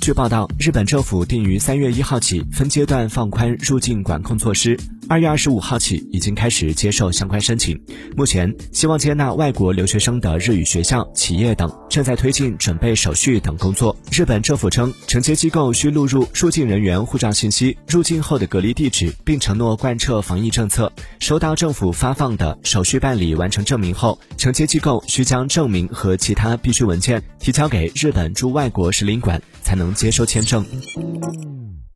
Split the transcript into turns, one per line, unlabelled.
据报道，日本政府定于3月1号起分阶段放宽入境管控措施，2月25号起已经开始接受相关申请。目前，希望接纳外国留学生的日语学校、企业等正在推进准备手续等工作。日本政府称，承接机构需录入入境人员护照信息、入境后的隔离地址，并承诺贯彻防疫政策。收到政府发放的手续办理完成证明后，承接机构需将证明和其他必需文件提交给日本驻外国使领馆，才能接收签证。